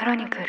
クロニクル。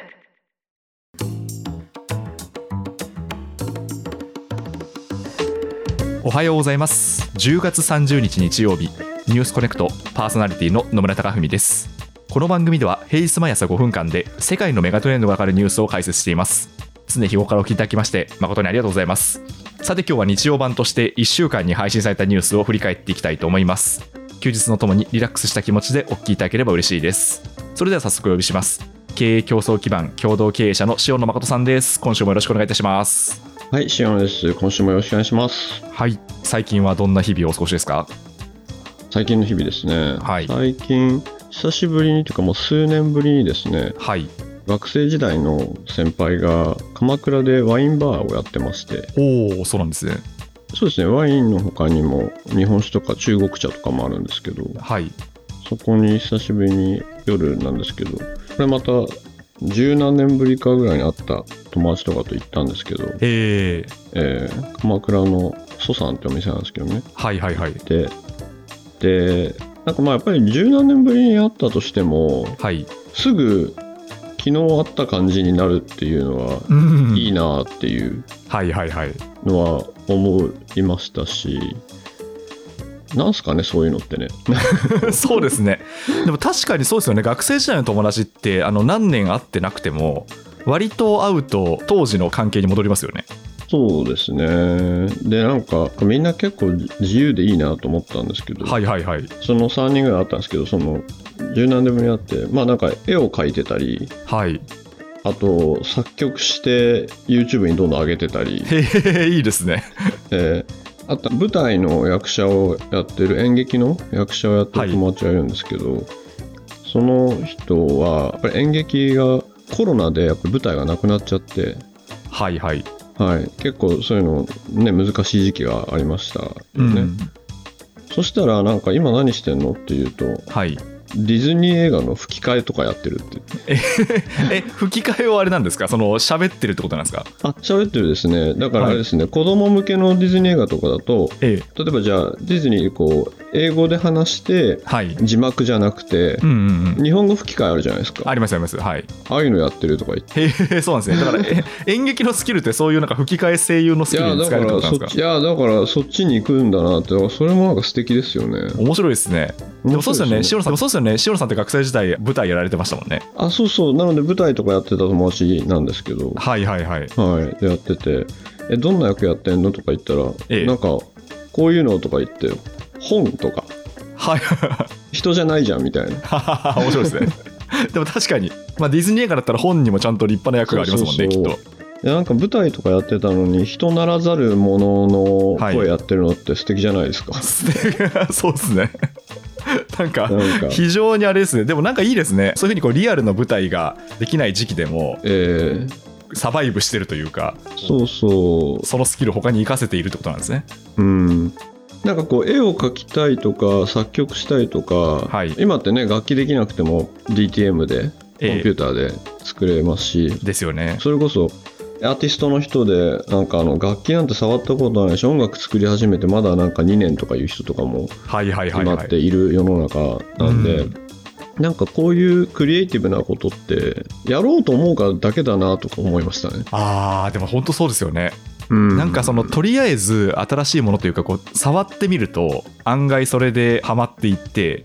おはようございます。10月30日日曜日、ニュースコネクトパーソナリティの野村貴文です。この番組では平日毎朝5分間で世界のメガトレンドがわかるニュースを解説しています。常日頃からお聞きいただきまして誠にありがとうございます。さて今日は日曜版として1週間に配信されたニュースを振り返っていきたいと思います。休日のともにリラックスした気持ちでお聞きいただければ嬉しいです。それでは早速お呼びします。経営競争基盤共同経営者の塩野誠さんです。今週もよろしくお願いいたします。 はい、塩野です。今週もよろしくお願いします。 はい、最近はどんな日々をお過ごしですか？ 最近の日々ですね、 はい、 最近久しぶりにというかもう数年ぶりにですね、 はい、 学生時代の先輩が鎌倉でワインバーをやってまして。 おお、そうなんですね。 そうですね、ワインの他にも日本酒とか中国茶とかもあるんですけど、 はい、 そこに久しぶりに夜なんですけど、これまた十何年ぶりかぐらいに会った友達とかと行ったんですけど、鎌倉の蘇さんってお店なんですけどね。 はいはいはい。 でなんかまあやっぱり十何年ぶりに会ったとしても、 はい、 すぐ昨日会った感じになるっていうのはいいなっていうのは思いましたし、なんすかねそういうのってねそうですね。でも確かにそうですよね。学生時代の友達って何年会ってなくても割と会うと当時の関係に戻りますよね。 そうですね。でなんかみんな結構自由でいいなと思ったんですけど、 はいはいはい。 その3人ぐらいあったんですけど、その十何年ぶりに会って、まあなんか絵を描いてたり、 はい、 あと作曲して YouTube にどんどん上げてたり、 いいですね。 あと舞台の役者をやってる、演劇の役者をやってる友達がいるんですけど、はい、その人はやっぱり演劇がコロナでやっぱり舞台がなくなっちゃって、 はいはいはい、結構そういうのね難しい時期がありましたよね、そしたらなんか今何してんのって言うと、はい、ディズニー映画の吹き替えとかやってるって吹き替えはあれなんですか？その喋ってるってことなんですか？ 喋ってるですね。だからあれですね、はい、子供向けのディズニー映画とかだと、例えばじゃあディズニーこう英語で話して、はい、字幕じゃなくて、日本語吹き替えあるじゃないですか。 ありますあります。はい。 ああいうのやってるとか言って。 そうなんですね。だから演劇のスキルってそういうなんか吹き替え声優のスキルに使えるってことなんですか？ いやだからそっちに行くんだなって、それもなんか素敵ですよね。 面白いですね。でもそうですよね。塩野さん、そうですよね。塩野さんって学生時代舞台やられてましたもんね。 あ、そうそう。なので舞台とかやってた友達なんですけど、 はいはいはい。 はい。でやってて、どんな役やってんのとか言ったら、なんかこういうのとか言って本とか。はい。人じゃないじゃんみたいな。 面白いですね。でも確かに、まあ、ディズニー映画だったら本にもちゃんと立派な役がありますもんね。きっと。 なんか舞台とかやってたのに人ならざるものの声やってるのって素敵じゃないですか。 そうですね。なんか非常にあれですね。でもなんかいいですね。そういう風にこうリアルの舞台ができない時期でも、サバイブしてるというか、 そうそう、 そのスキルを他に活かせているってことなんですね。 なんかこう絵を描きたいとか作曲したいとか、今ってね楽器できなくても DTM でコンピューターで作れますし、 ですよね。 それこそアーティストの人でなんか楽器なんて触ったことないし、音楽作り始めてまだなんか2年とかいう人とかも今っている世の中なんで、なんかこういうクリエイティブなことってやろうと思うかだけだなとか思いましたね。 でも本当そうですよね。なんかそのとりあえず新しいものというかこう触ってみると案外それでハマっていって、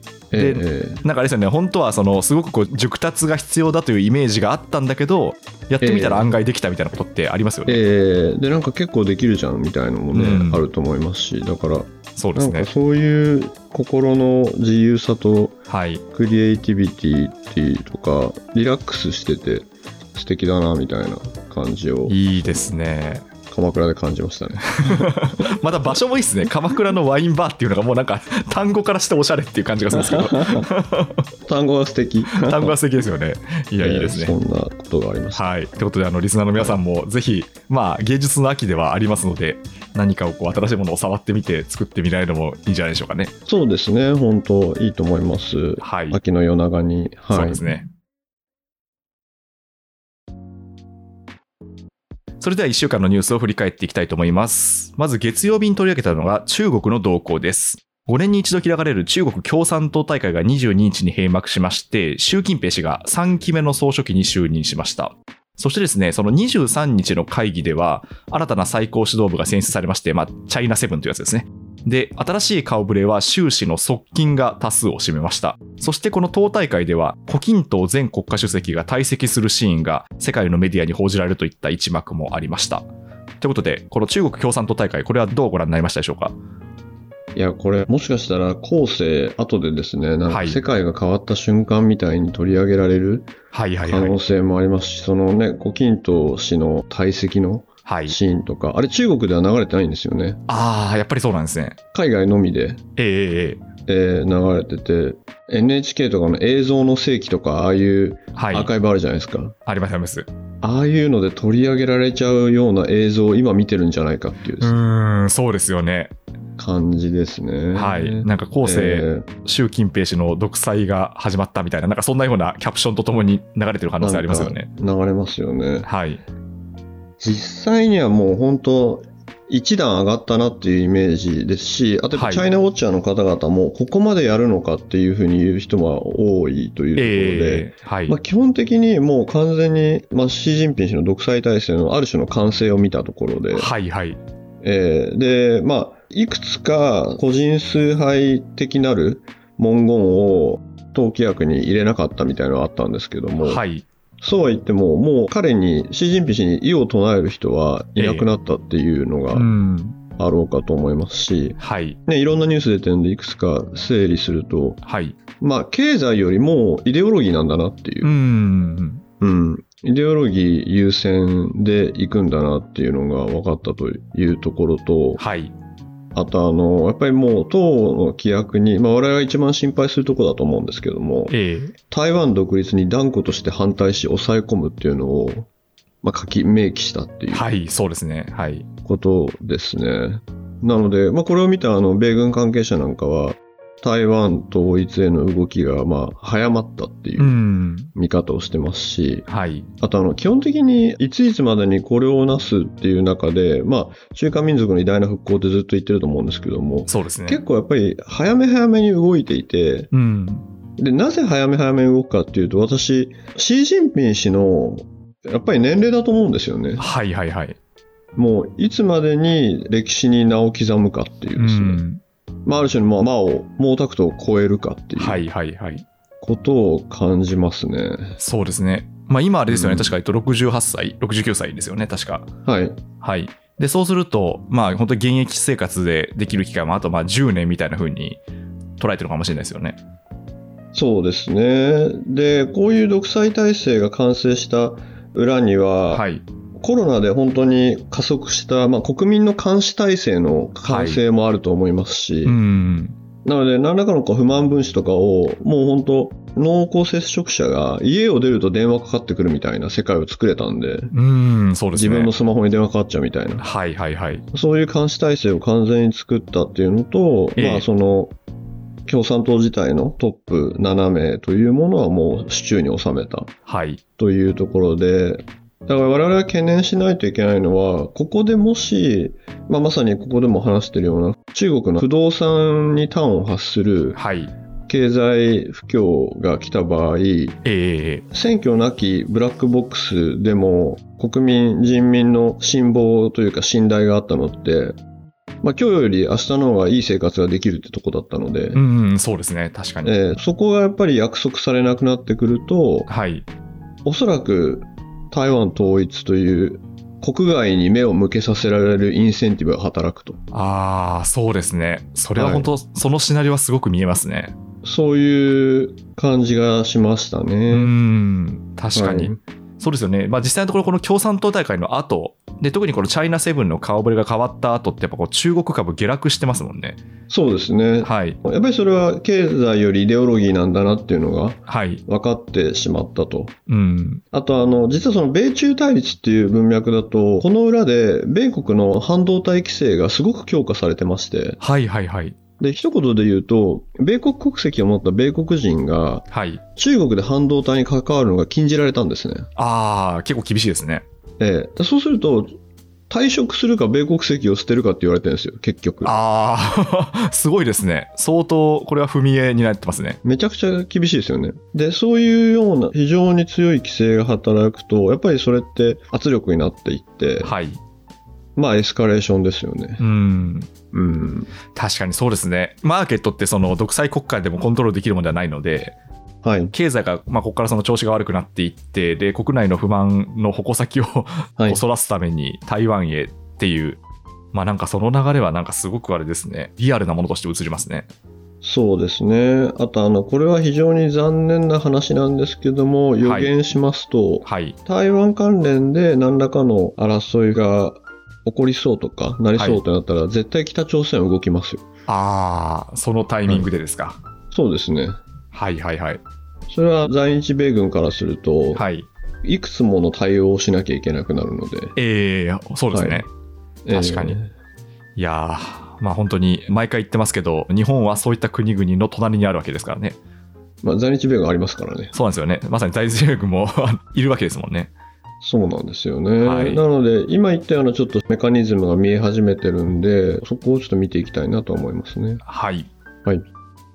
でなんかあれですよね、本当はそのすごくこう熟達が必要だというイメージがあったんだけど、やってみたら案外できたみたいなことってありますよね。 でなんか結構できるじゃんみたいなのもね、あると思いますし、だからそうですね、 なんかそういう心の自由さとクリエイティビティとかリラックスしてて素敵だなみたいな感じをいいですね、 鎌倉で感じましたね。 また場所もいいですね。鎌倉のワインバーっていうのがもうなんか単語からしておしゃれっていう感じがするんですけど単語が素敵。 単語が素敵ですよね。いや、いいですね。 そんなことがあります。 はい。ということでリスナーの皆さんもぜひ、まあ芸術の秋ではありますので、何かをこう新しいものを触ってみて作ってみられるのもいいんじゃないでしょうかね。 そうですね。本当いいと思います。はい。秋の夜長に。はい。 そうですね。それでは1週間のニュースを振り返っていきたいと思います。まず月曜日に取り上げたのが中国の動向です。 5年に一度開かれる中国共産党大会が22日に閉幕しまして、習近平氏が3期目の総書記に就任しました。そしてですね、その23日の会議では、新たな最高指導部が選出されまして、チャイナセブンというやつですね。で、新しい顔ぶれは習氏の側近が多数を占めました。そしてこの党大会では、胡錦涛前国家主席が退席するシーンが世界のメディアに報じられるといった一幕もありました。ということで、この中国共産党大会、これはどうご覧になりましたでしょうか？ いや、これ、もしかしたら後世、後でですね、なんか世界が変わった瞬間みたいに取り上げられる可能性もありますし、そのね、胡錦涛氏の退席のシーンとか、あれ中国では流れてないんですよね。 ああ、やっぱりそうなんですね。 海外のみで、流れてて、NHK とかの映像の世紀とか、ああいうアーカイブあるじゃないですか。 ありますあります。 ああいうので取り上げられちゃうような映像を今見てるんじゃないかっていうですね。 そうですよね。 感じですね。 はい。なんか後世、習近平氏の独裁が始まったみたいな、なんかそんなようなキャプションとともに流れてる可能性ありますよね。 流れますよね。 はい。 実際にはもう本当、一段上がったなっていうイメージですし、あとチャイナウォッチャーの方々もここまでやるのかっていうふうに言う人が多いというところで、基本的にもう完全に、習近平氏の独裁体制のある種の完成を見たところで、で、いくつか個人崇拝的なる文言を党規約に入れなかったみたいなのがあったんですけども、そうは言っても、もう彼に、習近平氏に異を唱える人はいなくなったっていうのがあろうかと思いますし、いろんなニュース出てるんで、いくつか整理すると、経済よりもイデオロギーなんだなっていう、イデオロギー優先でいくんだなっていうのが分かったというところと、あとやっぱりもう党の規約に、我々が一番心配するところだと思うんですけども、台湾独立に断固として反対し抑え込むっていうのを、明記したっていう、 そうですね。 ことですね。なので、これを見た米軍関係者なんかは、台湾統一への動きが早まったっていう見方をしてますし、あと基本的にいついつまでにこれをなすっていう中で、中華民族の偉大な復興ってずっと言ってると思うんですけども、結構やっぱり早め早めに動いていて、でなぜ早め早めに動くかっていうと、私シー・ジンピン氏のやっぱり年齢だと思うんですよね。もういつまでに歴史に名を刻むかっていうですね、ある種の毛沢東を超えるかっていうことを感じますね。 そうですね。今あれですよね、確か68歳、69歳ですよね、確か。で、そうすると、本当に現役生活でできる期間もあと10年みたいな風に捉えてるかもしれないですよね。 そうですね。で、こういう独裁体制が完成した裏には、コロナで本当に加速した、国民の監視体制の完成もあると思いますし、なので何らかの不満分子とかをもう本当濃厚接触者が家を出ると電話かかってくるみたいな世界を作れたんで、自分のスマホに電話かかっちゃうみたいな、そういう監視体制を完全に作ったっていうのと、その共産党自体のトップ7名というものはもう手中に収めたというところで、だから我々が懸念しないといけないのは、ここでもし、まさにここでも話しているような中国の不動産に端を発する経済不況が来た場合、選挙なきブラックボックスでも国民人民の信望というか信頼があったのって、今日より明日の方がいい生活ができるってとこだったので、 そうですね、確かに、 そこがやっぱり約束されなくなってくると、おそらく台湾統一という国外に目を向けさせられるインセンティブが働くと。 そうですね。それは本当、そのシナリオはすごく見えますね。 そういう感じがしましたね。 確かに、そうですよね。実際のところこの共産党大会の後で、特にこのチャイナセブンの顔ぶれが変わった後ってやっぱ中国株下落してますもんね。 そうですね。やっぱりそれは経済よりイデオロギーなんだなっていうのが分かってしまったと。あと実はその米中対立っていう文脈だと、この裏で米国の半導体規制がすごく強化されてまして。で、一言で言うと、米国国籍を持った米国人が、中国で半導体に関わるのが禁じられたんですね。 結構厳しいですね。 そうすると、 退職するか米国籍を捨てるかって言われてるんですよ、結局。 すごいですね。相当これは踏み絵になってますね。 めちゃくちゃ厳しいですよね。で、そういうような非常に強い規制が働くと、やっぱりそれって圧力になっていって、 はい。 エスカレーションですよね。 確かにそうですね。マーケットってその独裁国家でもコントロールできるものではないので、はい、経済が、ここからその調子が悪くなっていって、で国内の不満の矛先をそらすために台湾へっていう、なんかその流れはなんかすごくあれですね、リアルなものとして映りますね。 そうですね。あとこれは非常に残念な話なんですけども、予言しますと、台湾関連で何らかの争いが起こりそうとかなりそうとなったら、絶対北朝鮮は動きますよ。 そのタイミングでですか。 そうですね。 はいはいはい。 それは在日米軍からすると、いくつもの対応をしなきゃいけなくなるので。 そうですね。確かに。いや本当に毎回言ってますけど、日本はそういった国々の隣にあるわけですからね。 在日米軍ありますからね。 そうなんですよね。まさに在日米軍もいるわけですもんね。 そうなんですよね。なので今言ったようなちょっとメカニズムが見え始めてるんで、そこをちょっと見ていきたいなと思いますね。 はい。 はい。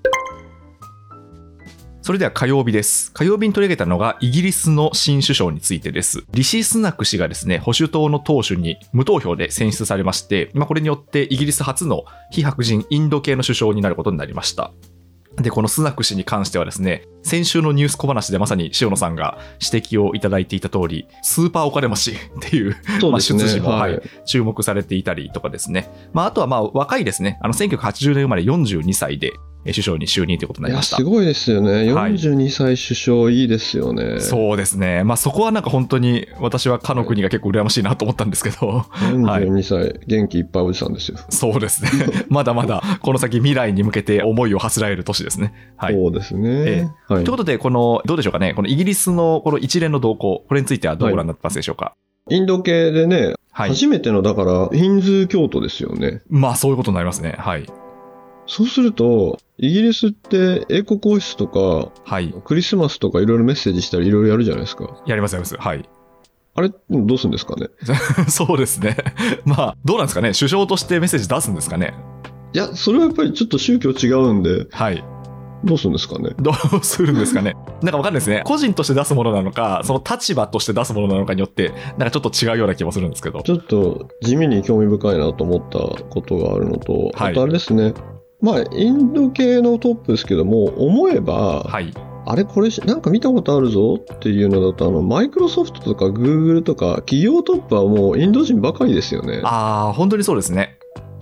それでは火曜日です。火曜日に取り上げたのがイギリスの新首相についてです。リシ・スナク氏がですね、保守党の党首に無投票で選出されまして、これによってイギリス初の非白人インド系の首相になることになりました。で、このスナク氏に関してはですね、先週のニュース小話でまさに塩野さんが指摘をいただいていた通り、スーパーお金持ちっていう、出自も、注目されていたりとかですね。あとは若いですね、1980年生まれ42歳で、首相に就任ということになりました。 すごいですよね。42歳首相、いいですよね。 そうですね。そこはなんか本当に私はかの国が結構羨ましいなと思ったんですけど。 42歳、元気いっぱいおじさんですよ。 そうですね。まだまだこの先未来に向けて思いを馳せられる年ですね。 そうですね。 ということで、どうでしょうかね。このイギリスのこの一連の動向、これについてはどうご覧になってますでしょうか。 インド系でね、初めてのだからヒンズー教徒ですよね。 そういうことになりますね。はい。 そうすると、イギリスって英国王室とか、クリスマスとかいろいろメッセージしたりいろいろやるじゃないですか。 やりますやります。はい。 あれ、どうするんですかね。 そうですね。どうなんですかね。首相としてメッセージ出すんですかね。 いや、それはやっぱりちょっと宗教違うんで。どうするんですかね。 どうするんですかね。なんかわかんないですね。個人として出すものなのか、その立場として出すものなのかによって、なんかちょっと違うような気もするんですけど。 ちょっと地味に興味深いなと思ったことがあるのと、あとあれですね。インド系のトップですけども、思えば、あれこれなんか見たことあるぞっていうのだと、マイクロソフトとかグーグルとか企業トップはもうインド人ばかりですよね。 本当にそうですね。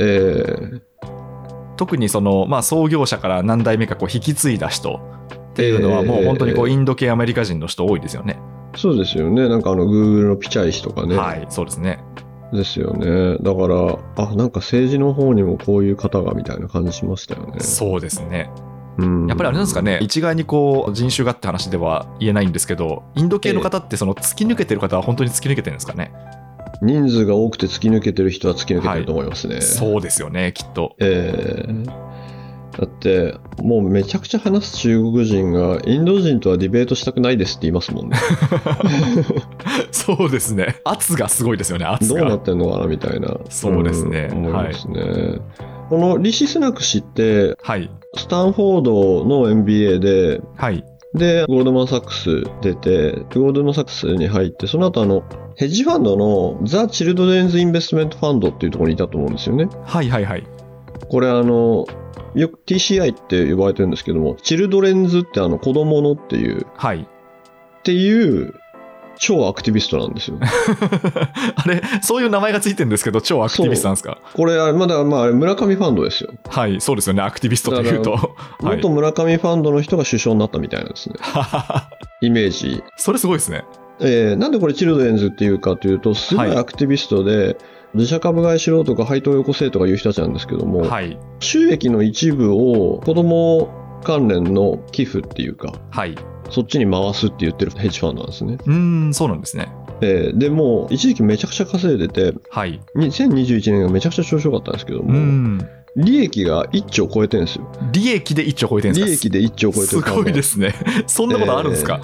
特にその、創業者から何代目か引き継いだ人っていうのはもう本当にインド系アメリカ人の人多いですよね。 そうですよね。なんかグーグルのピチャイ氏とかね。 そうですね。 ですよね。だからなんか政治の方にもこういう方がみたいな感じしましたよね。 そうですね。やっぱりあれなんですかね、一概に人種がって話では言えないんですけど、インド系の方ってその突き抜けてる方は本当に突き抜けてるんですかね。 人数が多くて突き抜けてる人は突き抜けてると思いますね。 そうですよね、きっと。 だってもうめちゃくちゃ話す中国人がインド人とはディベートしたくないですって言いますもんね。 そうですね。圧がすごいですよね。圧がどうなってんのかなみたいな。 そうですね。 思いますね。このリシ・スナク氏って、スタンフォードの MBA で、でゴールドマン・サックス出て、ゴールドマン・サックスに入って、その後ヘッジファンドのザ・チルドレンズ・インベストメント・ファンドっていうところにいたと思うんですよね。これよく TCI って呼ばれてるんですけども、チルドレンズって子供のっていう、っていう超アクティビストなんですよ。 あれ、そういう名前がついてるんですけど、超アクティビストなんですか。 これまだ村上ファンドですよ。 そうですよね。アクティビストというと、 元村上ファンドの人が首相になったみたいなんですね。イメージ。 それすごいですね。 なんでこれチルドレンズっていうかというと、すごいアクティビストで、自社株買いしろとか配当よこせとかいう人たちなんですけども、収益の一部を子ども関連の寄付っていうか、そっちに回すって言ってるヘッジファンドなんですね。 そうなんですね。 でも一時期めちゃくちゃ稼いでて、2021年がめちゃくちゃ調子よかったんですけども、利益が1兆超えてるんですよ。 利益で1兆超えてるんですか。 利益で1兆超えてる。 すごいですね。そんなことあるんですか。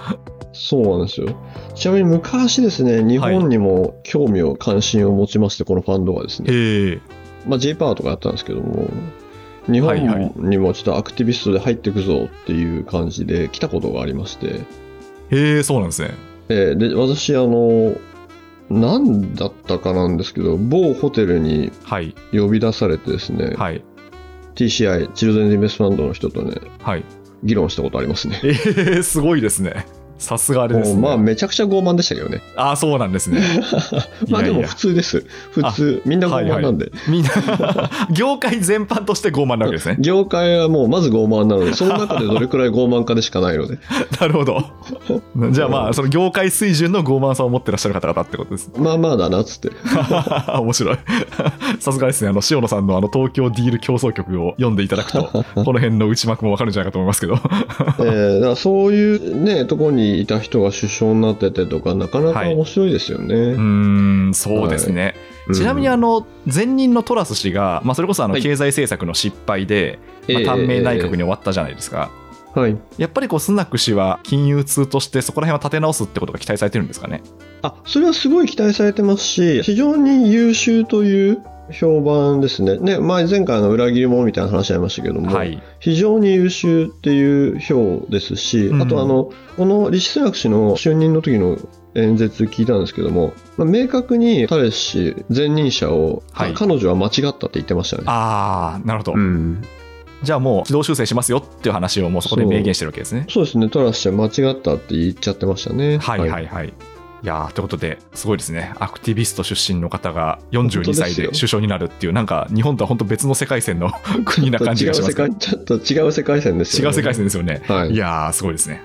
そうなんですよ。ちなみに昔ですね、日本にも興味を関心を持ちまして、このファンドはですね、J パワーとかやったんですけども、日本にもちょっとアクティビストで入っていくぞっていう感じで来たことがありまして。 そうなんですね。 で、私何だったかなんですけど、某ホテルに呼び出されてですね、TCI チルドレンズインベストファンドの人とね、議論したことありますね。 すごいですね。さすがあれですね。 まあめちゃくちゃ傲慢でしたけどね。 そうなんですね。 まあでも普通です。普通。みんな傲慢なんで。 みんな業界全般として傲慢なわけですね。 業界はもうまず傲慢なので、その中でどれくらい傲慢かでしかないので。 なるほど。じゃあまあその業界水準の傲慢さを持ってらっしゃる方々ってことです。 まあまあだなっつって。 面白い。さすがですね。塩野さんの東京ディール競争局を読んでいただくと、この辺の内幕もわかるんじゃないかと思いますけど。 だからそういうね、ところにいた人が首相になっててとか、なかなか面白いですよね。 そうですね。ちなみに前任のトラス氏が、それこそ経済政策の失敗で、短命内閣に終わったじゃないですか。やっぱりスナク氏は金融通としてそこら辺は立て直すってことが期待されてるんですかね。 それはすごい期待されてますし、非常に優秀という評判ですね。前回裏切り者みたいな話ありましたけども、非常に優秀っていう評ですし、あとこのリシ・スナク氏の就任の時の演説聞いたんですけども、明確にタレス氏前任者を、彼女は間違ったって言ってましたね。 なるほど。じゃあもう軌道修正しますよっていう話をもうそこで明言してるわけですね。 そうですね。トラス氏は間違ったって言っちゃってましたね。 いやー、ということですごいですね。アクティビスト出身の方が42歳で首相になるっていう、なんか日本とは本当別の世界線の国な感じがしますね。 ちょっと違う世界線ですよね。 違う世界線ですよね。いやー、すごいですね。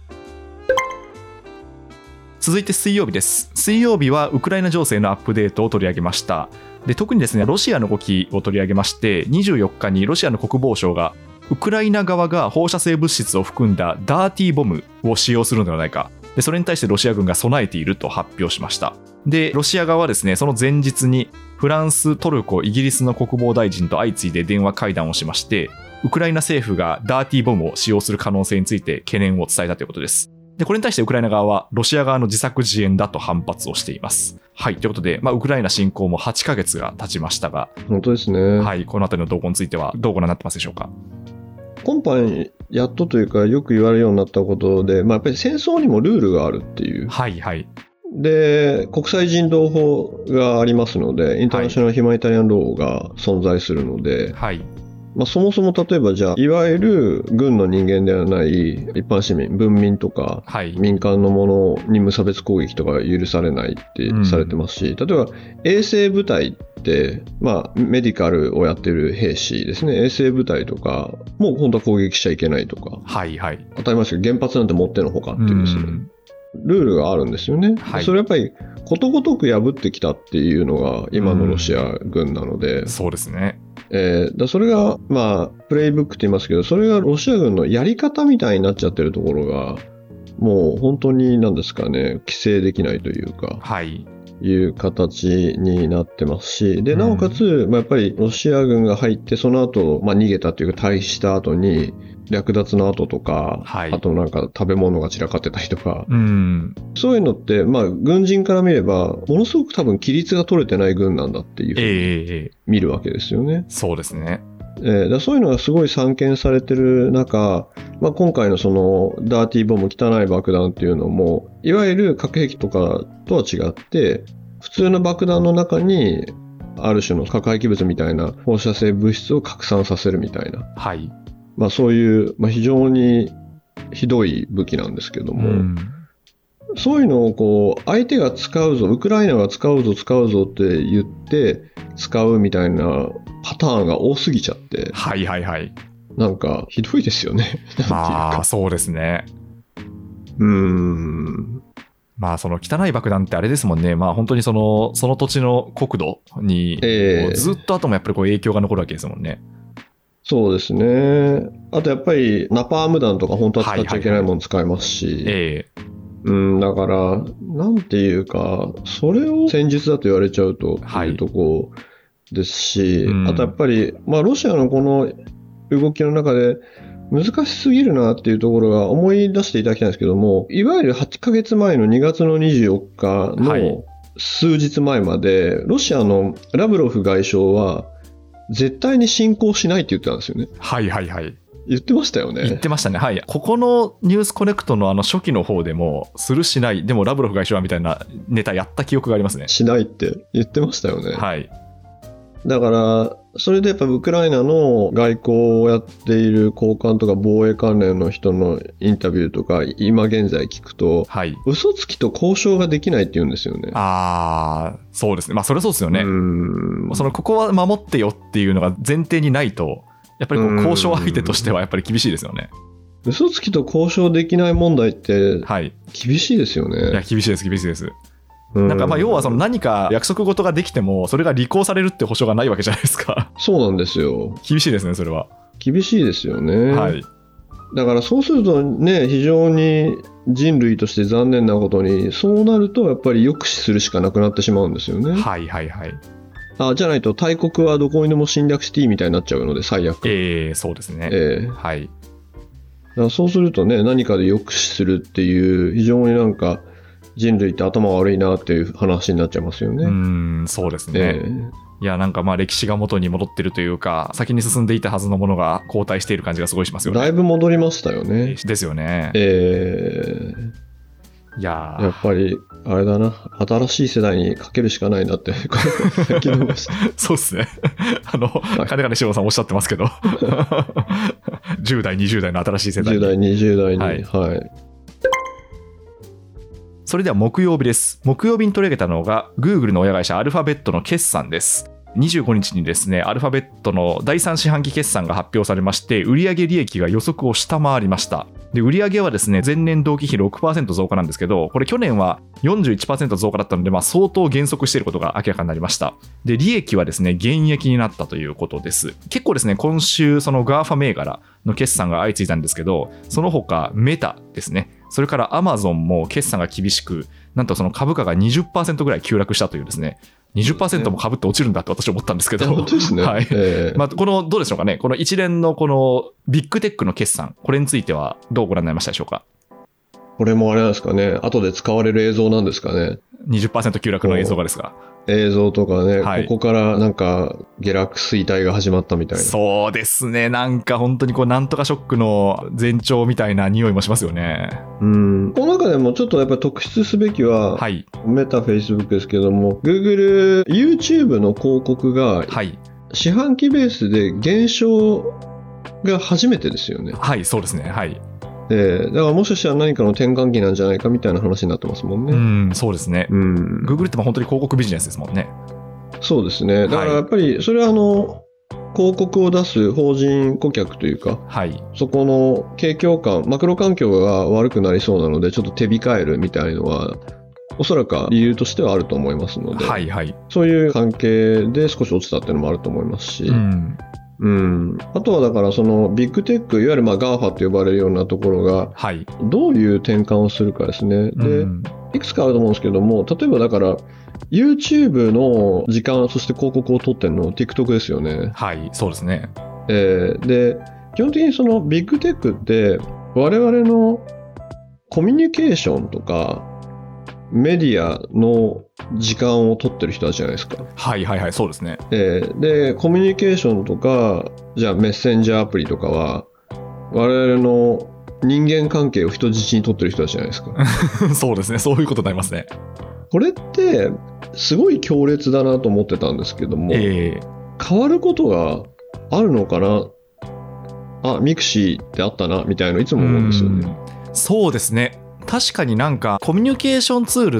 続いて水曜日です。水曜日はウクライナ情勢のアップデートを取り上げました。で、特にですね、ロシアの動きを取り上げまして、24日にロシアの国防省がウクライナ側が放射性物質を含んだダーティーボムを使用するのではないか。で、それに対してロシア軍が備えていると発表しました。で、ロシア側はですね、その前日にフランス、トルコ、イギリスの国防大臣と相次いで電話会談をしまして、ウクライナ政府がダーティーボムを使用する可能性について懸念を伝えたということです。で、これに対してウクライナ側はロシア側の自作自演だと反発をしています。ということで、ウクライナ侵攻も8ヶ月が経ちましたが、 本当ですね。 このあたりの動向についてはどうご覧になってますでしょうか。 今般やっとというかよく言われるようになったことで、やっぱり戦争にもルールがあるっていう。で、国際人道法がありますので、インターナショナル・ヒューマニタリアン・ローが存在するので、そもそも例えばじゃあいわゆる軍の人間ではない一般市民、文民とか民間のものに無差別攻撃とか許されないってされてますし、例えば衛生部隊ってメディカルをやってる兵士ですね、衛生部隊とかもう本当は攻撃しちゃいけないとか、当たり前ですけど原発なんてもってのほかっていうですね、ルールがあるんですよね。それやっぱりことごとく破ってきたっていうのが今のロシア軍なので、 そうですね。 それがプレイブックって言いますけど、それがロシア軍のやり方みたいになっちゃってるところがもう本当に何ですかね、規制できないというか、いう形になってますし、でなおかつ、やっぱりロシア軍が入ってその後、逃げたというか退避した後に略奪の後とか、あとなんか食べ物が散らかってたりとか、そういうのって、軍人から見ればものすごく多分規律が取れてない軍なんだっていうふうに見るわけですよね。 そうですね。 だそういうのがすごい散見されてる中、今回のそのダーティーボム、汚い爆弾っていうのもいわゆる核兵器とかとは違って普通の爆弾の中にある種の核廃棄物みたいな放射性物質を拡散させるみたいな、そういう、非常にひどい武器なんですけども、そういうのを相手が使うぞ、ウクライナが使うぞって言って使うみたいなパターンが多すぎちゃって、なんかひどいですよね。 そうですね。その汚い爆弾ってあれですもんね。本当にその土地の国土にずっと後もやっぱり影響が残るわけですもんね。 そうですね。あとやっぱりナパーム弾とか本当は使っちゃいけないもの使いますし、だからなんていうかそれを戦術だと言われちゃうというところですし、あとやっぱりロシアのこの動きの中で難しすぎるなっていうところが思い出していただきたいんですけども、いわゆる8ヶ月前の2月の24日の数日前まで、ロシアのラブロフ外相は絶対に侵攻しないって言ってたんですよね。 はいはいはい。 言ってましたよね。 言ってましたね。はい。ここのニュースコネクトの初期の方でも、するしない、でもラブロフ外相はみたいなネタやった記憶がありますね。 しないって言ってましたよね。 はい。 だから、それでやっぱウクライナの外交をやっている高官とか防衛関連の人のインタビューとか今現在聞くと、はい、嘘つきと交渉ができないって言うんですよね。 そうですね。まあそれはそうですよね。ここは守ってよっていうのが前提にないと、やっぱりこう交渉相手としてはやっぱり厳しいですよね。 嘘つきと交渉できない問題って厳しいですよね。 はい、いや厳しいです厳しいです。なんか要は何か約束事ができてもそれが履行されるって保証がないわけじゃないですか。 そうなんですよ。 厳しいですねそれは。 厳しいですよね。 はい。 だからそうするとね、非常に人類として残念なことに、そうなるとやっぱり抑止するしかなくなってしまうんですよね。 はいはいはい。 じゃないと大国はどこにでも侵略していいみたいになっちゃうので最悪。 そうですね。はい。 だからそうするとね、何かで抑止するっていう非常になんか人類って頭悪いなっていう話になっちゃいますよね。 そうですね。いやなんか歴史が元に戻ってるというか、先に進んでいたはずのものが後退している感じがすごいしますよね。 だいぶ戻りましたよね。 ですよね。いややっぱりあれだな、新しい世代にかけるしかないなって昨日ました。 そうですね。金金志郎さんおっしゃってますけど10代20代の新しい世代に、10代 20代に、はい。 それでは木曜日です。木曜日に取り上げたのが Google の親会社アルファベットの決算です。25日にですね、アルファベットの第3四半期決算が発表されまして、売上利益が予測を下回りました。で、売上はですね、前年同期比 6% 増加なんですけど、これ去年は 41% 増加だったので、相当減速していることが明らかになりました。で、利益はですね、減益になったということです。結構ですね、今週その GAFA 銘柄の決算が相次いだんですけど、その他メタですね、それからアマゾンも決算が厳しく、なんとその株価が 20% ぐらい急落したというですね、20% も株って落ちるんだって私は思ったんですけど、 本当ですね。 はい。このどうでしょうかね、この一連のこのビッグテックの決算、これについてはどうご覧になりましたでしょうか。 これもあれなんですかね、後で使われる映像なんですかね。 20% 急落の映像がですが。 映像とかね、はい、ここからなんか下落衰退が始まったみたいな。 そうですね、なんか本当になんとかショックの前兆みたいな匂いもしますよね。 この中でもちょっとやっぱり特筆すべきは、はい、メタ、フェイスブックですけども、Google、YouTube の広告が四半期ベースで減少が初めてですよね。 はい、そうですね。はい。 だからもしかしたら何かの転換期なんじゃないかみたいな話になってますもんね。 そうですね。Google って本当に広告ビジネスですもんね。 そうですね。だからやっぱりそれは広告を出す法人顧客というか、はい、そこの景況感、マクロ環境が悪くなりそうなのでちょっと手控えるみたいのはおそらく理由としてはあると思いますので、はいはい、そういう関係で少し落ちたっていうのもあると思いますし、あとはだからそのビッグテック、いわゆるGAFA と呼ばれるようなところがどういう転換をするかですね。で、いくつかあると思うんですけども、例えばだから YouTube の時間、そして広告を取ってるの TikTok ですよね。 はい、そうですね。 で、基本的にそのビッグテックって我々のコミュニケーションとかメディアの時間を取ってる人たちじゃないですか。 はいはいはい、そうですね。 で、コミュニケーションとか、じゃあメッセンジャーアプリとかは、我々の人間関係を人質に取ってる人たちじゃないですか。 そうですね、そういうことになりますね。 これって、すごい強烈だなと思ってたんですけども、変わることがあるのかな、ミクシーってあったな、みたいなのいつも思うんですよね。 そうですね。確かになんかコミュニケーションツールって、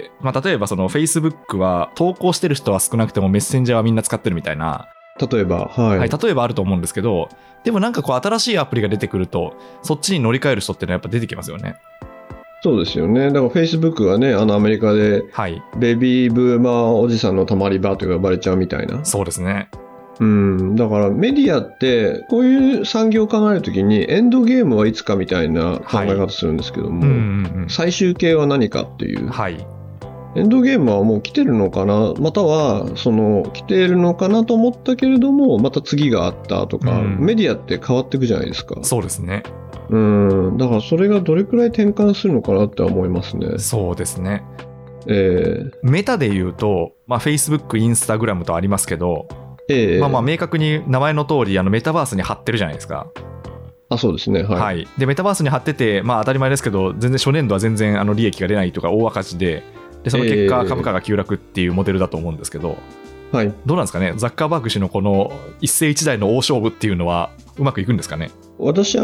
例えばその Facebook は投稿してる人は少なくてもメッセンジャーはみんな使ってるみたいな、 例えば、 はい、例えばあると思うんですけど、でもなんか新しいアプリが出てくるとそっちに乗り換える人ってのはやっぱ出てきますよね。 そうですよね。だから Facebook はね、アメリカでベビーブーマーおじさんのたまり場と呼ばれちゃうみたいな。 そうですね。 だからメディアってこういう産業を考えるときにエンドゲームはいつかみたいな考え方するんですけども、最終形は何かっていう、 エンドゲームはもう来てるのかな、または来てるのかなと思ったけれどもまた次があったとか、メディアって変わっていくじゃないですか。 そうですね。 だからそれがどれくらい転換するのかなって思いますね。 そうですね。メタで言うと、Facebook、Instagram とありますけど、明確に名前の通りメタバースに貼ってるじゃないですか。 そうですね。はい。 でメタバースに貼ってて、当たり前ですけど、全然初年度は全然利益が出ないとか大赤字で、その結果株価が急落っていうモデルだと思うんですけど、どうなんですかね、ザッカーバーグ氏のこの一世一代の大勝負っていうのはうまくいくんですかね。 私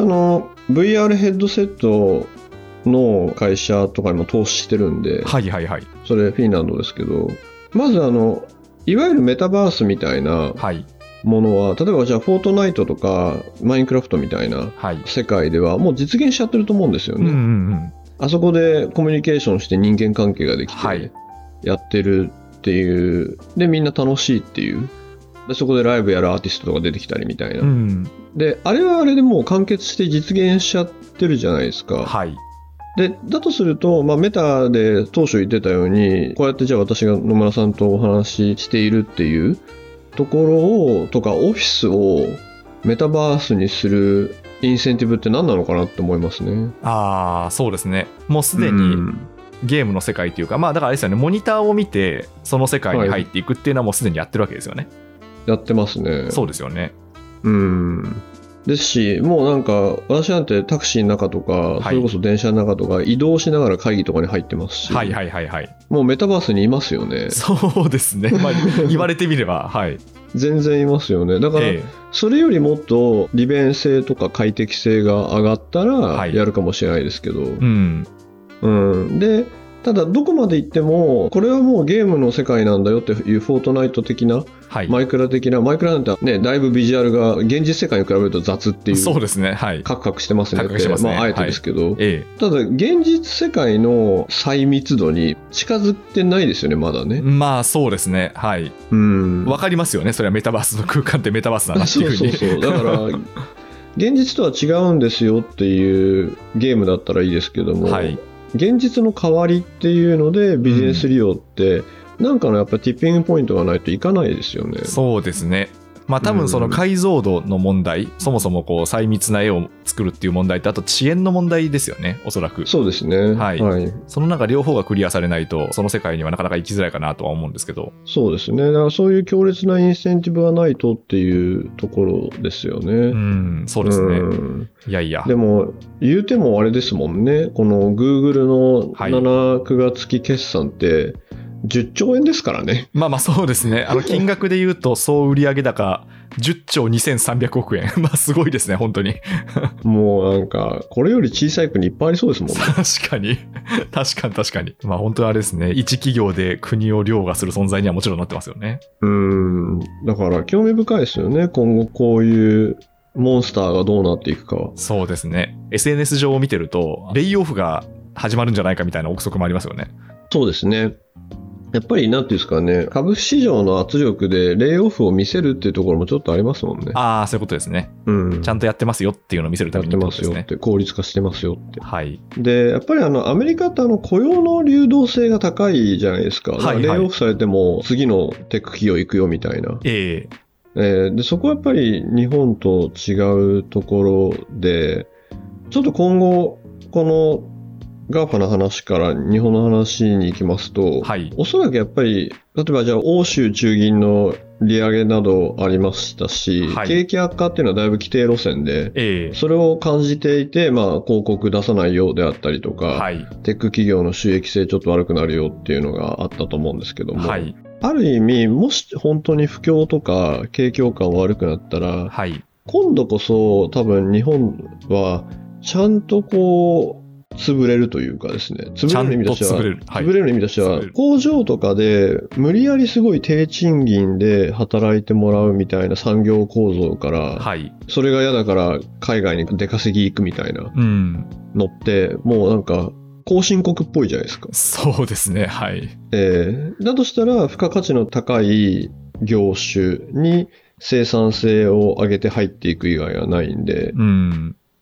VR ヘッドセットの会社とかにも投資してるんで、それフィンランドですけど、まずいわゆるメタバースみたいなものは、例えばじゃあフォートナイトとかマインクラフトみたいな世界ではもう実現しちゃってると思うんですよね。あそこでコミュニケーションして人間関係ができてやってるっていう、でみんな楽しいっていう、でそこでライブやるアーティストとか出てきたりみたいな、であれはあれでもう完結して実現しちゃってるじゃないですか。でだとすると、メタで当初言ってたように、こうやってじゃあ私が野村さんとお話ししているっていうところをとか、オフィスをメタバースにするインセンティブって何なのかなって思いますね。 そうですね。もうすでにゲームの世界というか、だからあれですよね、モニターを見てその世界に入っていくっていうのはもうすでにやってるわけですよね。 やってますね。 そうですよね。 ですし、もうなんか私なんてタクシーの中とか、それこそ電車の中とか移動しながら会議とかに入ってますし、もうメタバースにいますよね。 そうですね、言われてみれば全然いますよね。だからそれよりもっと利便性とか快適性が上がったらやるかもしれないですけど、でただどこまで行ってもこれはもうゲームの世界なんだよっていうフォートナイト的な、マイクラ的な、マイクラなんてね、だいぶビジュアルが現実世界に比べると雑っていう、 そうですね、 カクカクしてますねって、あえてですけど、ただ現実世界の細密度に近づってないですよね、まだね。 そうですね、わかりますよね、それはメタバースの空間ってメタバースだなっていうふうに。 そうだから現実とは違うんですよっていうゲームだったらいいですけども、現実の代わりっていうのでビジネス利用って、なんかのやっぱティッピングポイントがないといかないですよね。 そうですね。多分その解像度の問題、そもそもこう細密な絵を作るっていう問題と、あと遅延の問題ですよね、おそらく。 そうですね。 そのなんか両方がクリアされないとその世界にはなかなか行きづらいかなとは思うんですけど。 そうですね。だからそういう強烈なインセンティブがないとっていうところですよね。 そうですね。 でも言うてもあれですもんね、この Google の7、9月期決算って10兆円ですからね。 そうですね。金額で言うと総売上高10兆2300億円。すごいですね、本当に。 もうなんかこれより小さい国いっぱいありそうですもんね。 確かに本当にあれですね、一企業で国を凌駕する存在にはもちろんなってますよね。 だから興味深いですよね、今後こういうモンスターがどうなっていくか。 そうですね。 SNS 上を見てるとレイオフが始まるんじゃないかみたいな憶測もありますよね。 そうですね。やっぱりなんていうんですかね、株式市場の圧力でレイオフを見せるっていうところもちょっとありますもんね。 そういうことですね。ちゃんとやってますよっていうのを見せるために、 やってますよって、効率化してますよって。 でやっぱりアメリカって雇用の流動性が高いじゃないですか。レイオフされても次のテック企業行くよみたいな。でそこはやっぱり日本と違うところで、ちょっと今後このGAFA の話から日本の話に行きますと、おそらくやっぱり例えばじゃあ欧州中銀の利上げなどありましたし、景気悪化っていうのはだいぶ規定路線で、それを感じていて、広告出さないようであったりとか、テック企業の収益性ちょっと悪くなるよっていうのがあったと思うんですけども、ある意味もし本当に不況とか景況感悪くなったら、今度こそ多分日本はちゃんとこう潰れるというかですね、潰れる意味としては、工場とかで無理やりすごい低賃金で働いてもらうみたいな産業構造から、それが嫌だから海外に出稼ぎ行くみたいなのって、もうなんか後進国っぽいじゃないですか。 そうですね。 だとしたら付加価値の高い業種に生産性を上げて入っていく以外はないんで、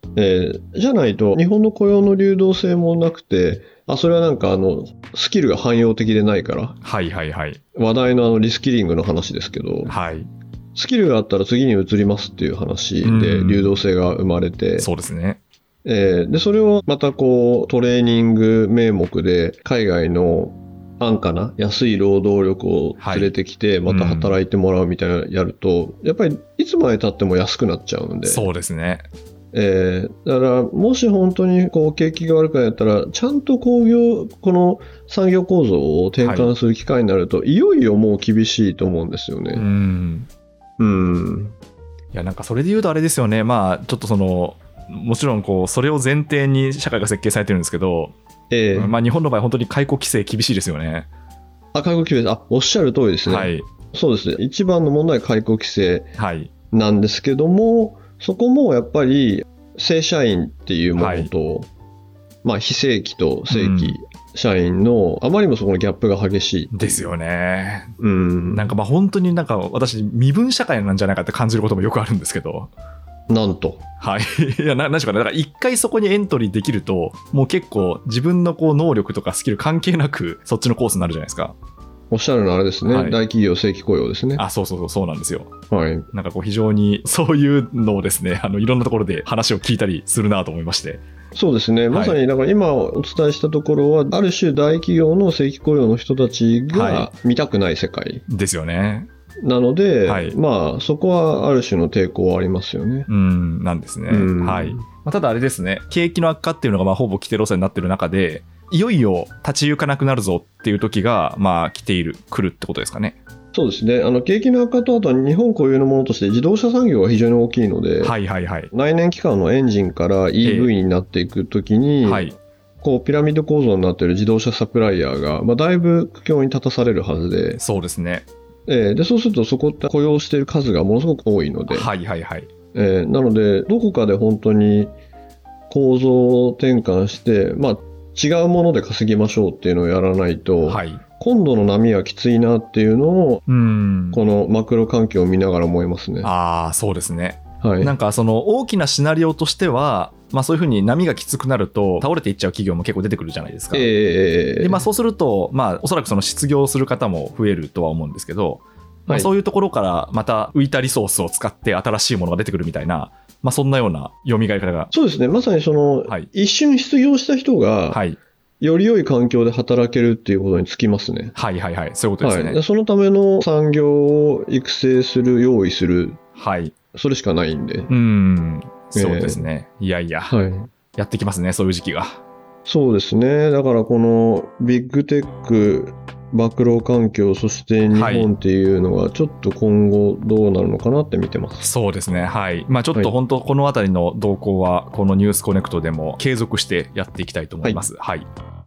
じゃないと日本の雇用の流動性もなくて、それはなんかスキルが汎用的でないから、 はいはいはい、 話題のリスキリングの話ですけど、 はい、 スキルがあったら次に移りますっていう話で流動性が生まれて、 そうですね。 でそれをまたこうトレーニング名目で海外の安価な安い労働力を連れてきてまた働いてもらうみたいなのやると、やっぱりいつまで経っても安くなっちゃうんで。 そうですね。 だからもし本当にこう景気が悪くなったらちゃんとこの産業構造を転換する機会になると、はい、いよいよもう厳しいと思うんですよね。 いやなんかそれで言うとあれですよね。まあちょっともちろんこうそれを前提に社会が設計されてるんですけど、まあ、日本の場合本当に解雇規制厳しいですよね。 解雇規制、おっしゃる通りですね。はい、そうですね。一番の問題は解雇規制なんですけども、はい、そこもやっぱり正社員っていうものと、はい、まあ、非正規と正規社員のあまりにもそこのギャップが激しいですよね。なんかまあ本当になんか私身分社会なんじゃないかって感じることもよくあるんですけど。 なんと。 はい。いや、なんでしょうかね。だから一回そこにエントリーできると、もう結構自分のこう能力とかスキル関係なくそっちのコースになるじゃないですか。 おっしゃるのあれですね、はい、大企業正規雇用ですね。 そうなんですよ。 はい。 なんかこう非常にそういうのをですね、いろんなところで話を聞いたりするなと思いまして。 そうですね。まさにだから今お伝えしたところは、ある種大企業の正規雇用の人たちが見たくない世界、 ですよね。 なので、はい、まあそこはある種の抵抗はありますよね。 なんですね。はい。まあ、ただあれですね、景気の悪化っていうのがまあほぼ規定路線になってる中で、いよいよ立ち行かなくなるぞっていう時がまあ来るってことですかね。 そうですね。景気の悪化とあとは日本固有のものとして自動車産業が非常に大きいので、 はいはいはい、 内燃機関のエンジンから EV になっていくときに、はい、こうピラミッド構造になっている自動車サプライヤーが、まあ、だいぶ苦境に立たされるはずで、 そうですね。 でそうするとそこって雇用している数がものすごく多いので、 はいはいはい、 なのでどこかで本当に構造転換して、まあ、違うもので稼ぎましょうっていうのをやらないと、はい、今度の波はきついなっていうのをこのマクロ環境を見ながら思いますね。 そうですね、 はい、 なんかその大きなシナリオとしては、まあ、そういうふうに波がきつくなると倒れていっちゃう企業も結構出てくるじゃないですか。でまあ、そうすると、まあ、おそらくその失業する方も増えるとは思うんですけど、まあ、そういうところからまた浮いたリソースを使って新しいものが出てくるみたいな、まあ、そんなような読み替え方が。 そうですね。まさにはい、一瞬失業した人が、はい、より良い環境で働けるっていうことにつきますね。 はいはいはい。そういうことですね。 はい、そのための産業を育成する、用意する。 はい。 それしかないんで。 そうですね。いやいや、はい。やってきますね、そういう時期が。 そうですね。だからこのビッグテック、マクロ環境、そして日本っていうのがちょっと今後どうなるのかなって見てます。 そうですね。はい。まあちょっと本当このあたりの動向はこのニュースコネクトでも継続してやっていきたいと思います。はい。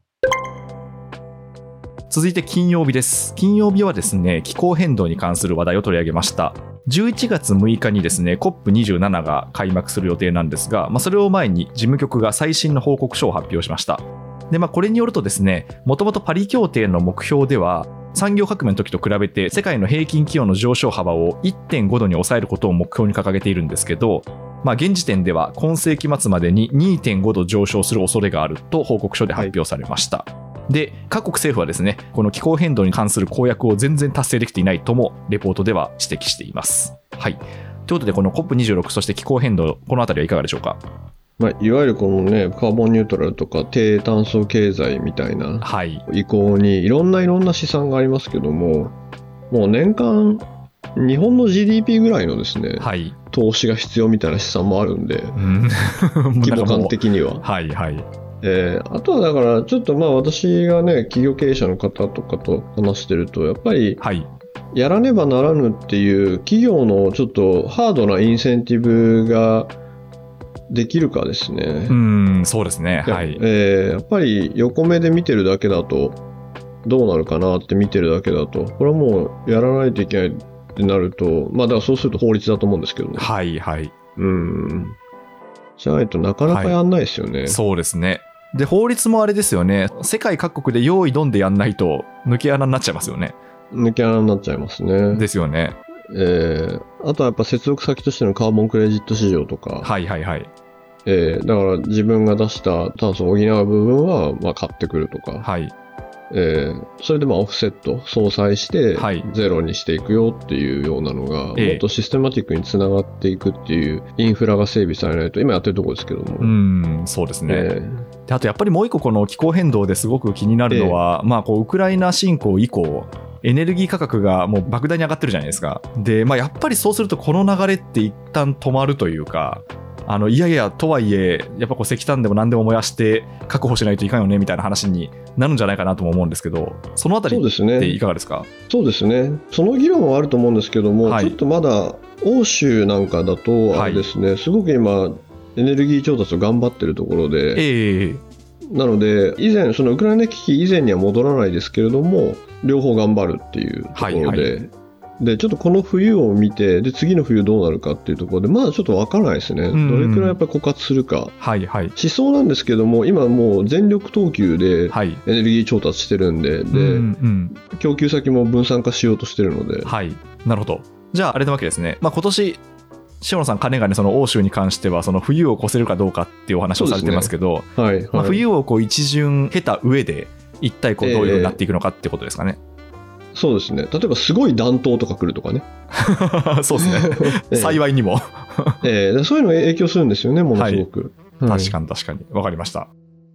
続いて金曜日です。金曜日はですね、気候変動に関する話題を取り上げました。11月6日にですね、COP27 が開幕する予定なんですが、それを前に事務局が最新の報告書を発表しました。で、これによるとですね、もともとパリ協定の目標では、産業革命の時と比べて世界の平均気温の上昇幅を 1.5 度に抑えることを目標に掲げているんですけど、現時点では今世紀末までに 2.5 度上昇する恐れがあると報告書で発表されました。で、各国政府はですね、この気候変動に関する公約を全然達成できていないともレポートでは指摘しています。はい。ということで、この COP26 そして気候変動、このあたりはいかがでしょうか。 いわゆるこのね、カーボンニュートラルとか低炭素経済みたいな移行にいろんな試算がありますけども、もう年間日本の GDP ぐらいのですね、はい、投資が必要みたいな試算もあるんで、規模感的には。 はいはい。 あとはだからちょっと私がね企業経営者の方とかと話してるとやっぱりやらねばならぬっていう企業のちょっとハードなインセンティブができるかですね。 そうですね。はい。 やっぱり横目で見てるだけだとどうなるかなって見てるだけだとこれはもうやらないといけないってなるとだからそうすると法律だと思うんですけどね。 はいはい。 じゃないとなかなかやんないですよね。 そうですね。で、法律もあれですよね。世界各国で用意ドンでやんないと抜け穴になっちゃいますよね。 抜け穴になっちゃいますね。 ですよね。 あとはやっぱ接続先としてのカーボンクレジット市場とか。 はいはいはい。 だから自分が出した炭素を補う部分はまあ買ってくるとか、 はい、 それでまあオフセット相殺してはいゼロにしていくよっていうようなのが、もっとシステマティックにつながっていくっていうインフラが整備されないと、今やってるところですけども、 そうですね、であとやっぱりもう一個この気候変動ですごく気になるのは、まあ、こうウクライナ侵攻以降エネルギー価格がもう莫大に上がってるじゃないですか。で、まあ、やっぱりそうするとこの流れって一旦止まるというか、いやいやとはいえやっぱこう石炭でも何でも燃やして確保しないといかんよねみたいな話になるんじゃないかなとも思うんですけど、そのあたりっていかがですか？ そうですね、その議論はあると思うんですけども、 はい、 ちょっとまだ欧州なんかだとあれですね、すごく今エネルギー調達を頑張ってるところで、なので以前そのウクライナ危機以前には戻らないですけれども両方頑張るっていうところで、でちょっとこの冬を見て、で次の冬どうなるかっていうところでまだちょっと分からないですね、どれくらいやっぱり枯渇するか、しそうなんですけども、今もう全力投球でエネルギー調達してるんで、供給先も分散化しようとしてるので、 なるほど。じゃああれなわけですね、まあ、今年塩野さんかねがねその欧州に関してはその冬を越せるかどうかっていうお話をされてますけど、まあ、冬をこう一巡経た上で一体こうどういうようになっていくのかってことですかね。 そうですね、例えばすごい暖冬とか来るとかねそうですね幸いにもそういうのが影響するんですよね、ものすごく、 確かに確かに分かりました。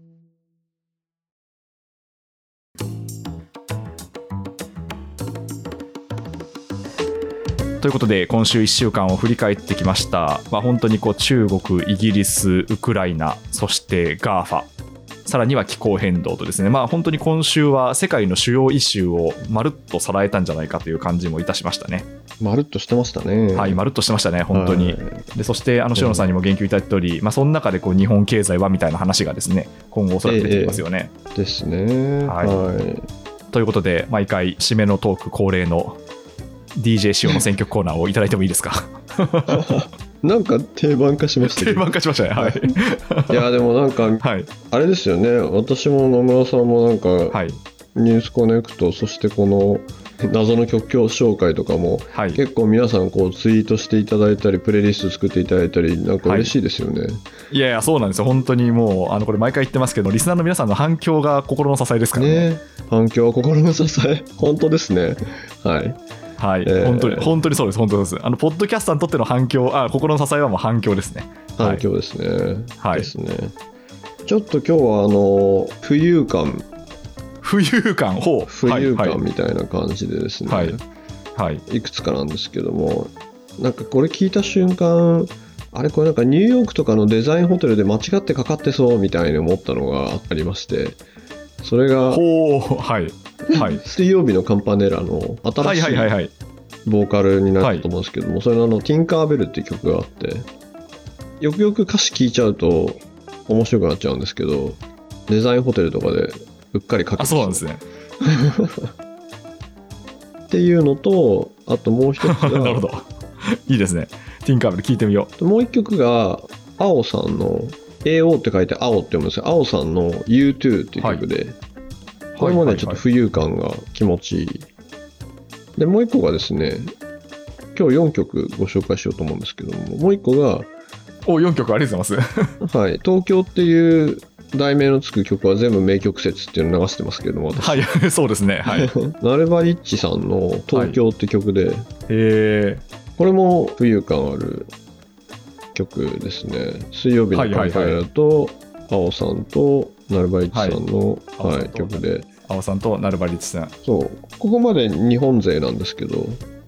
ということで今週1週間を振り返ってきました。まあ、本当にこう中国、イギリス、ウクライナ、そして GAFA、さらには気候変動とですね、まあ、本当に今週は世界の主要イシューをまるっとさらえたんじゃないかという感じもいたしましたね。 まるっとしてましたね。 はい、まるっとしてましたね、本当に。でそして塩野さんにも言及いただいた通り、まあ、その中でこう日本経済はみたいな話がですね今後おそらく出てきますよね。 ですね。 ということで毎回締めのトーク恒例のDJ 塩の選曲コーナーをいただいてもいいですか？ なんか定番化しましたね。 定番化しましたね。はい。 いやでもなんか、あれですよね。私も野村さんもなんか、ニュースコネクト、そしてこの謎の曲紹介とかも、結構皆さんこうツイートしていただいたりプレイリスト作っていただいたりなんか嬉しいですよね。 いやいやそうなんですよ。本当にもうこれ毎回言ってますけどリスナーの皆さんの反響が心の支えですからね。 反響は心の支え本当ですね。 はい、本当にそうです。本当です。ポッドキャスターにとっての反響、心の支えはもう反響ですね。 反響ですね。ですね。ちょっと今日は浮遊感みたいな感じでですね、いくつかなんですけども、なんかこれ聞いた瞬間、あれこれなんかニューヨークとかのデザインホテルで間違ってかかってそうみたいに思ったのがありまして、それが水曜日のカンパネラの新しいボーカルになったと思うんですけども、それのティンカーベルっていう曲があって、よくよく歌詞聴いちゃうと面白くなっちゃうんですけど、デザインホテルとかでうっかりかけてそうなんですねっていうのと、あともう一つがなるほどいいですね。ティンカーベル聴いてみよう。もう一曲が青さんの AO って書いて青って読むんですよ。青さんの U2 っていう曲で、これもねちょっと浮遊感が気持ちいい。でもう一個がですね、今日4曲ご紹介しようと思うんですけども、もう一個が 4曲ありがとうございますはい、東京っていう題名のつく曲は全部名曲説っていうのを流してますけども、 そうですね。 ナルバリッチさんの東京って曲で、これも浮遊感ある曲ですね。水曜日のカンパネラと青さんとナルバリッチさんの、曲で、 青さんとナルバリッチさん、 そうここまで日本勢なんですけど、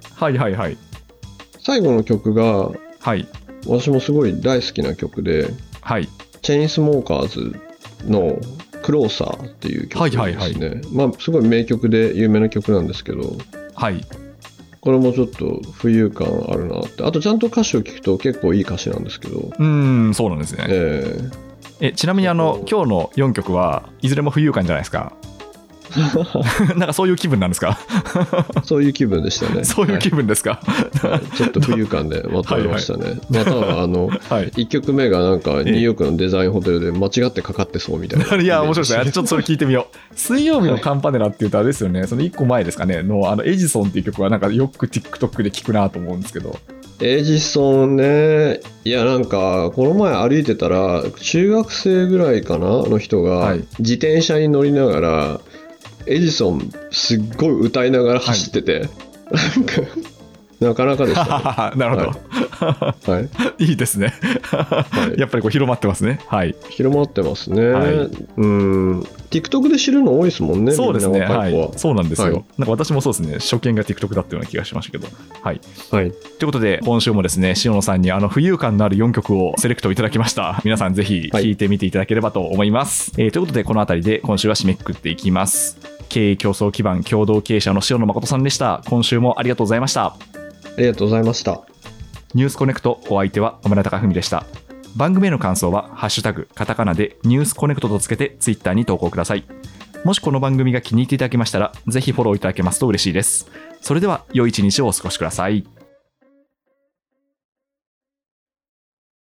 最後の曲が、私もすごい大好きな曲で、チェインスモーカーズのクローサーっていう曲ですね。まあすごい名曲で有名な曲なんですけど、これもちょっと浮遊感あるなって。あとちゃんと歌詞を聞くと結構いい歌詞なんですけど。 そうなんですね。ちなみに今日の4曲はいずれも浮遊感じゃないですか？なんかそういう気分なんですか？ そういう気分でしたね。 そういう気分ですか？ ちょっと浮遊感でまとめましたね。または1曲目がなんかニューヨークのデザインホテルで間違ってかかってそうみたいな。 いや面白いですね。ちょっとそれ聞いてみよう。水曜日のカンパネラっていうとあれですよね。その1個前ですかねのエジソンっていう曲はなんかよく TikTok で聞くなと思うんですけど。 エジソンね。いや、なんかこの前歩いてたら中学生ぐらいかなの人が自転車に乗りながらエジソンすっごい歌いながら走ってて、なかなかでした、ね、 なるほど、はい、いいですね、はい、やっぱりこう広まってますね。はい、 広まってますね、はい、TikTok で知るの多いですもんね。 そうですね、はい、そうなんですよ、はい、なんか私もそうですね、初見が TikTok だったような気がしましたけど、はい、はい、ということで今週もですね、塩野さんに浮遊感のある4曲をセレクトいただきました。皆さんぜひ聴いてみていただければと思います、ということでこのあたりで今週は締めくくっていきます。経営競争基盤共同経営者の塩野誠さんでした。今週もありがとうございました。 ありがとうございました。 ニュースコネクト、お相手は野村貴文でした。番組への感想はハッシュタグカタカナでニュースコネクトとつけてツイッターに投稿ください。もしこの番組が気に入っていただけましたらぜひフォローいただけますと嬉しいです。それでは良い一日をお過ごしください。